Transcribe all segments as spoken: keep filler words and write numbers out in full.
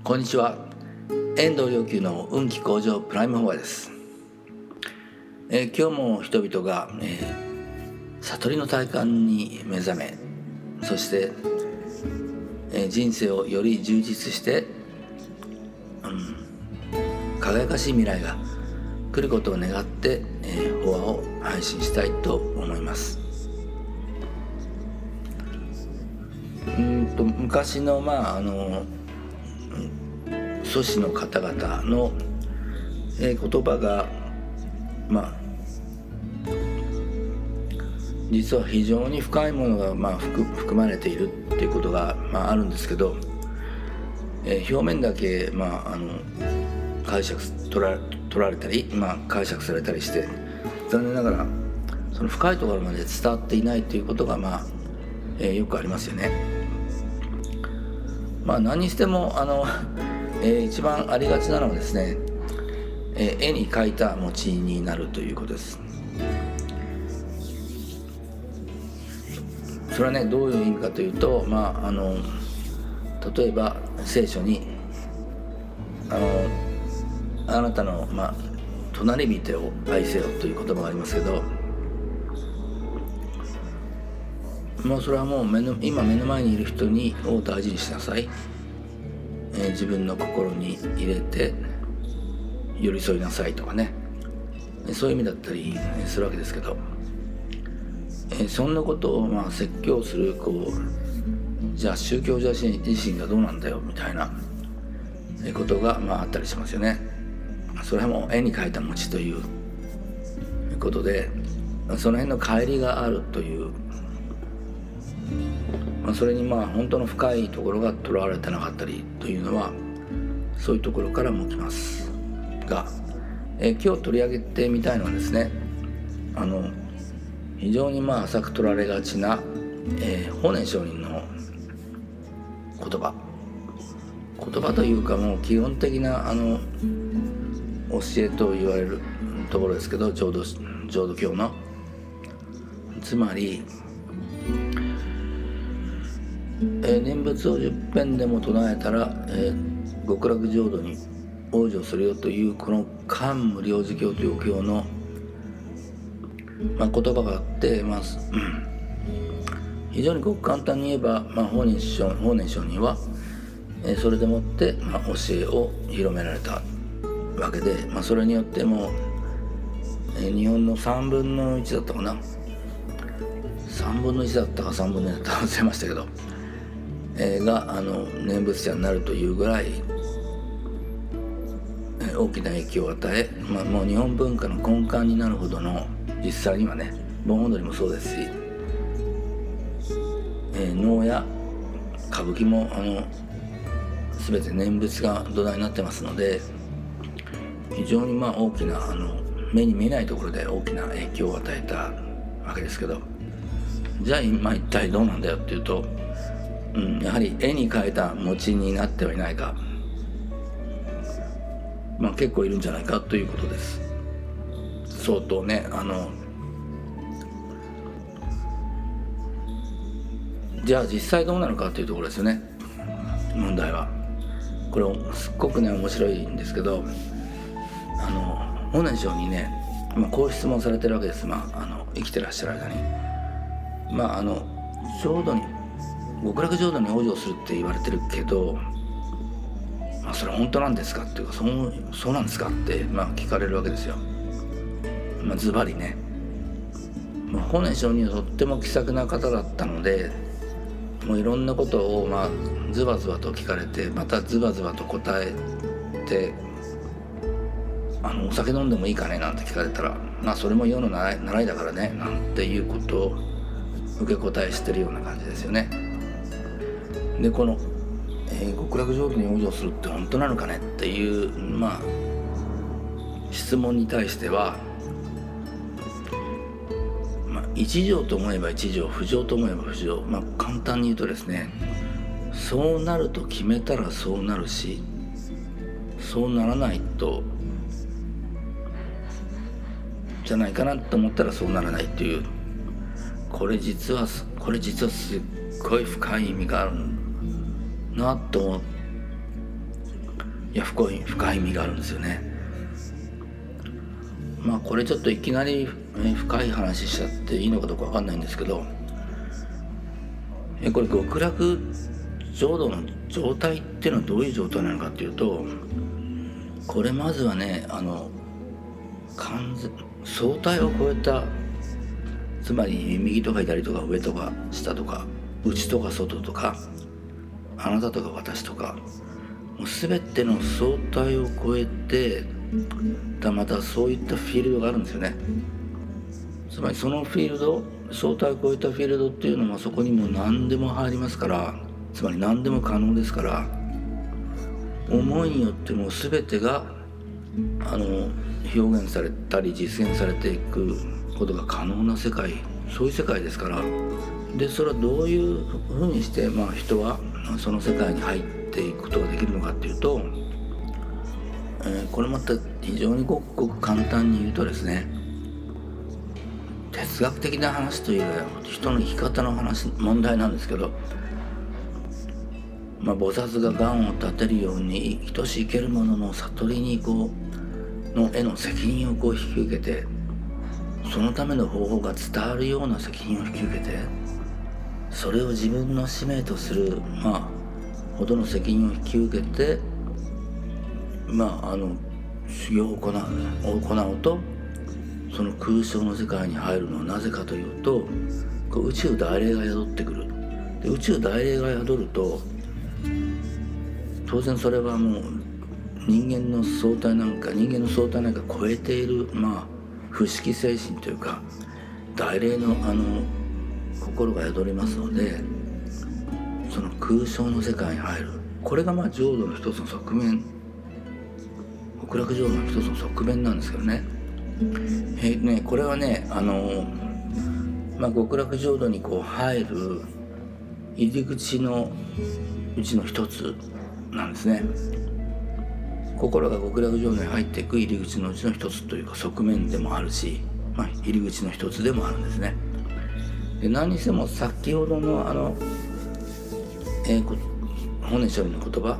こんにちは。遠藤良久の運気向上プライムフォアです。えー、今日も人々が、えー、悟りの体感に目覚め、そして、えー、人生をより充実して、うん、輝かしい未来が来ることを願って、えー、フォアを配信したいと思います。うんと昔のまああの祖師の方々の、えー、言葉がまあ実は非常に深いものが、まあ、含, 含まれているっていうことが、まあ、あるんですけど、えー、表面だけ、まあ、あの解釈取ら、取られたり、まあ、解釈されたりして残念ながらその深いところまで伝わっていないということが、まあえー、よくありますよね。まあ、何にしてもあの、えー、一番ありがちなのはですね、えー、絵に描いた餅になるということです。それはねどういう意味かというと、まあ、あの例えば聖書にあのあなたの、まあ、隣人を愛せよという言葉がありますけど、もうそれはもう目の今目の前にいる人にを大事にしなさい、えー、自分の心に入れて寄り添いなさいとかね、そういう意味だったりするわけですけど、えー、そんなことをまあ説教するこうじゃあ宗教者自身がどうなんだよみたいなことがまああったりしますよね。それはもう絵に描いた餅ということでその辺の乖離があるという、まあ、それにまあ本当の深いところがとらわれてなかったりというのはそういうところからもきますが、えー、今日取り上げてみたいのはですね、あの非常にまあ浅く取られがちな、えー、法然上人の言葉言葉というかもう基本的なあの教えと言われるところですけど、浄土浄土教のつまりえー、念仏をじゅっぺんでも唱えたら、えー、極楽浄土に往生するよというこの漢無量寿経というお経の、まあ、言葉があって、まあうん、非常にごく簡単に言えば、まあ、法然上法然上人は、えー、それでもって、まあ、教えを広められたわけで、まあ、それによっても、えー、日本のさんぶんのいちだったかなさんぶんのいちだったかさんぶんのにだったか忘れましたけど、えー、があの念仏者になるというぐらい、えー、大きな影響を与え、まあ、もう日本文化の根幹になるほどの実際にはね盆踊りもそうですし、えー、能や歌舞伎もあの全て念仏が土台になってますので非常にまあ大きなあの目に見えないところで大きな影響を与えたわけですけど、じゃあ今一体どうなんだよっていうと、うん、やはり絵に描いた餅になってはいないか、まあ、結構いるんじゃないかということです。相当ねあのじゃあ実際どうなのかというところですよね。問題はこれすっごくね面白いんですけど、あの法然上にね、まあ、こう質問されてるわけです。まあ、あの生きてらっしゃる間にまああの浄土に極楽浄土に往生するって言われてるけど、まあ、それ本当なんですかっていうか そう, そうなんですかって、まあ、聞かれるわけですよ。まあ、ズバリね、まあ、法然上人はとっても気さくな方だったのでもういろんなことを、まあ、ズバズバと聞かれてまたズバズバと答えて、あのお酒飲んでもいいかねなんて聞かれたら、まあ、それも世の習い、習いだからねなんていうことを受け答えしてるような感じですよね。でこの、えー、極楽浄土に往生するって本当なのかねっていう、まあ、質問に対しては、まあ、一条と思えば一条不条と思えば不条、まあ、簡単に言うとですね、そうなると決めたらそうなるしそうならないとじゃないかなと思ったらそうならないっていう、これ実はこれ実はすっごい深い意味があるなと思いや深い深い意味があるんですよね。まあこれちょっといきなり深い話しちゃっていいのかどうか分かんないんですけど、えこれ極楽浄土の状態っていうのはどういう状態なのかっていうと、これまずはねあの完全相対を超えた、つまり右とか左とか上とか下とか内とか外とかあなたとか私とか、もう全ての相対を超えてだまたそういったフィールドがあるんですよね。つまりそのフィールド、相対を超えたフィールドっていうのはそこにも何でも入りますから、つまり何でも可能ですから、思いによっても全てがあの表現されたり実現されていくことが可能な世界、そういう世界ですから。でそれはどういうふうにして、まあ、人はその世界に入っていくことができるのかっていうと、えー、これまた非常にごくごく簡単に言うとですね、哲学的な話というよりは人の生き方の話問題なんですけど、まあ、菩薩が願を立てるように等しいけるものの悟りにこうのへの責任をこう引き受けて、そのための方法が伝わるような責任を引き受けて、それを自分の使命とするまあほどの責任を引き受けて、まああの修行を行う行うと、その空想の世界に入るのはなぜかというと、こう宇宙大霊が宿ってくる。で宇宙大霊が宿ると、当然それはもう人間の相対なんか人間の相対なんか超えている、まあ不思議精神というか大霊のあの心が宿りますので、その空想の世界に入る。これがまあ浄土の一つの側面、極楽浄土の一つの側面なんですけどね。えー、ねこれはねあの、まあ、極楽浄土にこう入る入り口のうちの一つなんですね。心が極楽浄土に入っていく入り口のうちの一つというか側面でもあるし、まあ、入り口の一つでもあるんですね。で何にしても先ほどのあの、えー、法然上人の言葉、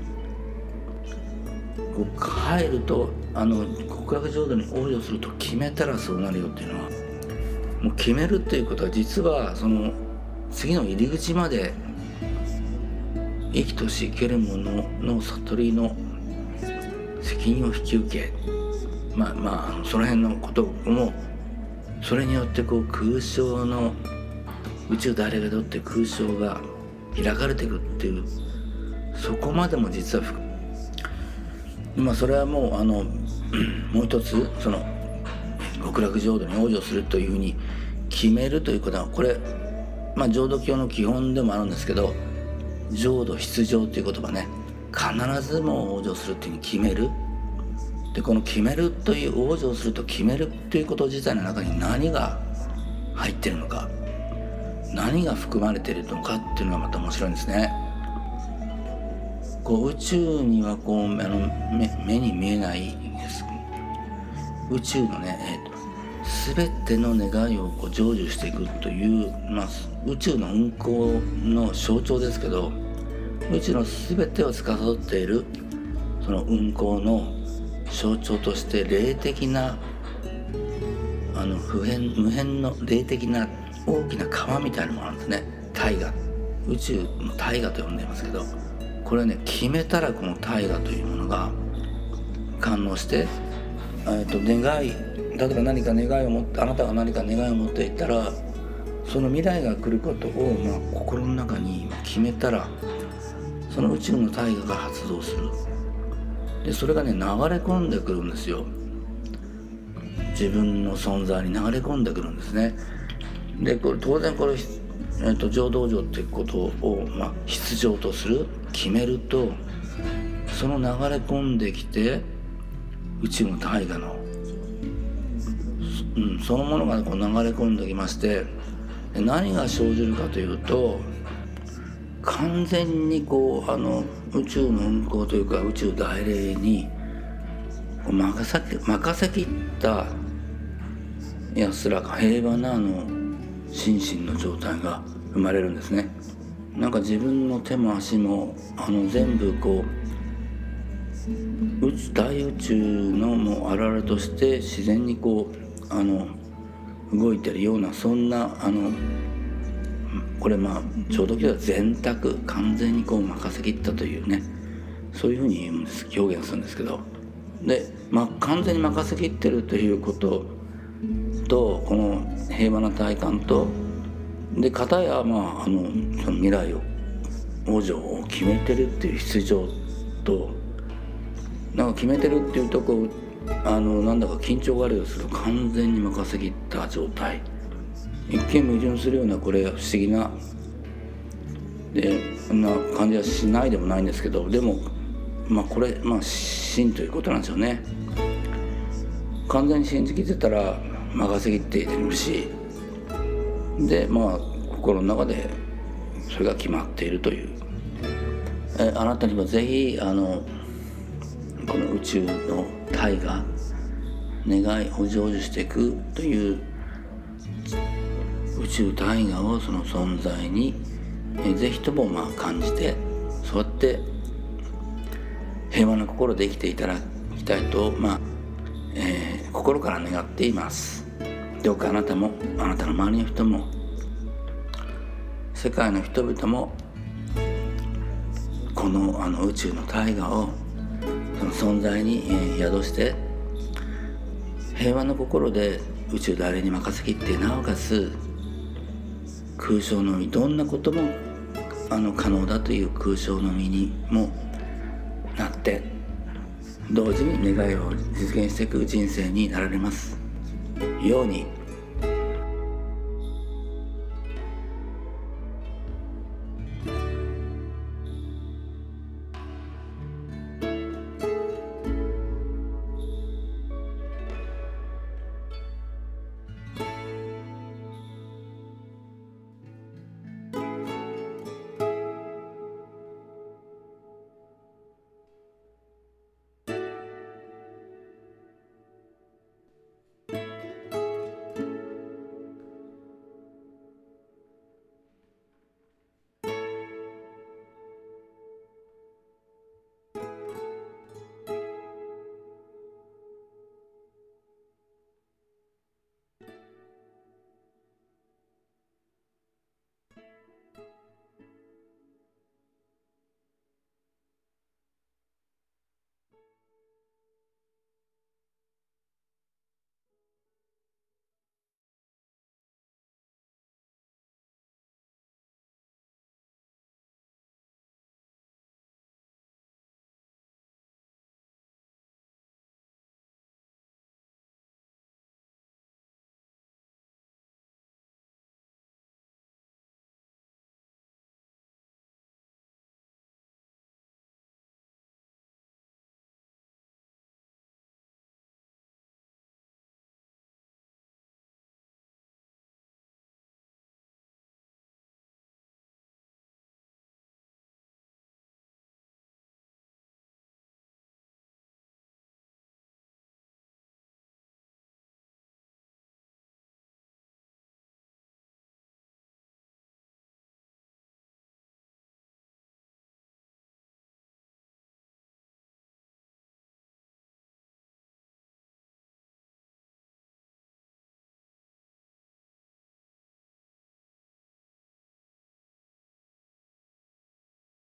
こう入るとあの極楽浄土に往生すると決めたらそうなるよっていうのは、もう決めるっていうことは実はその次の入り口まで生きとし生けるものの悟りの責任を引き受け、まあまあその辺のこともそれによってこう空想の宇宙大霊が宿って空想が開かれていくっていう、そこまでも実は今それはもうあのもう一つその極楽浄土に往生するというふうに決めるということは、これまあ浄土教の基本でもあるんですけど、浄土必浄という言葉ね、必ずも往生するっていうふうに決める。でこの決めるという往生すると決めるということ自体の中に何が入ってるのか、何が含まれているのかっていうのがまた面白いんですね。こう宇宙にはこうあの 目, 目に見えないです。宇宙のね、えー、と全ての願いをこう成就していくという、まあ、宇宙の運行の象徴ですけど、宇宙の全てを司っているその運行の象徴として霊的なあの不変無変の霊的な大きな川みたいなものなんですね。大河、宇宙の大河と呼んでいますけど、これね決めたらこの大河というものが感応して、えー、と願い、例えば何か願いを持ってあなたが何か願いを持っていたら、その未来が来ることを、まあ、心の中に決めたら、その宇宙の大河が発動する。でそれがね流れ込んでくるんですよ。自分の存在に流れ込んでくるんですね。でこれ当然これ、えー、と浄土場っていうことを、まあ、必要とする決めると、その流れ込んできて宇宙の大河の、うん、そのものがこう流れ込んできまして、何が生じるかというと、完全にこうあの宇宙の運行というか宇宙大霊に任せ任せきった安らか平和なあの心身の状態が生まれるんですね。なんか自分の手も足もあの全部こ宇宙大宇宙のもう現れとして自然にこうあの動いてるような、そんなあのこれまあ超度教では全託、完全にこう任せきったというね、そういうふうに言うんです、表現するんですけど、で、まあ、完全に任せきってるということと、この平和な体感とで片や、まあ、あのその未来を往生を決めてるっていう必要と、なんか決めてるっていうとこあのなんだか緊張があるようする完全に任せきった状態、一見矛盾するようなこれ不思議なでそんな感じはしないでもないんですけど、でもまあこれまあ真ということなんですよね。完全に信じきってたら任せきっているし、でまあ心の中でそれが決まっているという、えあなたにもぜひあのこの宇宙の大河願いを成就していくという宇宙大河をその存在にえぜひともまあ感じて、そうやって平和な心で生きていただきたいと、まあえー、心から願っています。どうかあなたもあなたの周りの人も世界の人々もこの、あの宇宙の大河をその存在に、えー、宿して平和の心で宇宙大霊に任せきって、なおかつ空想のみ、どんなこともあの可能だという空想のみにもなって、同時に願いを実現していく人生になられますように。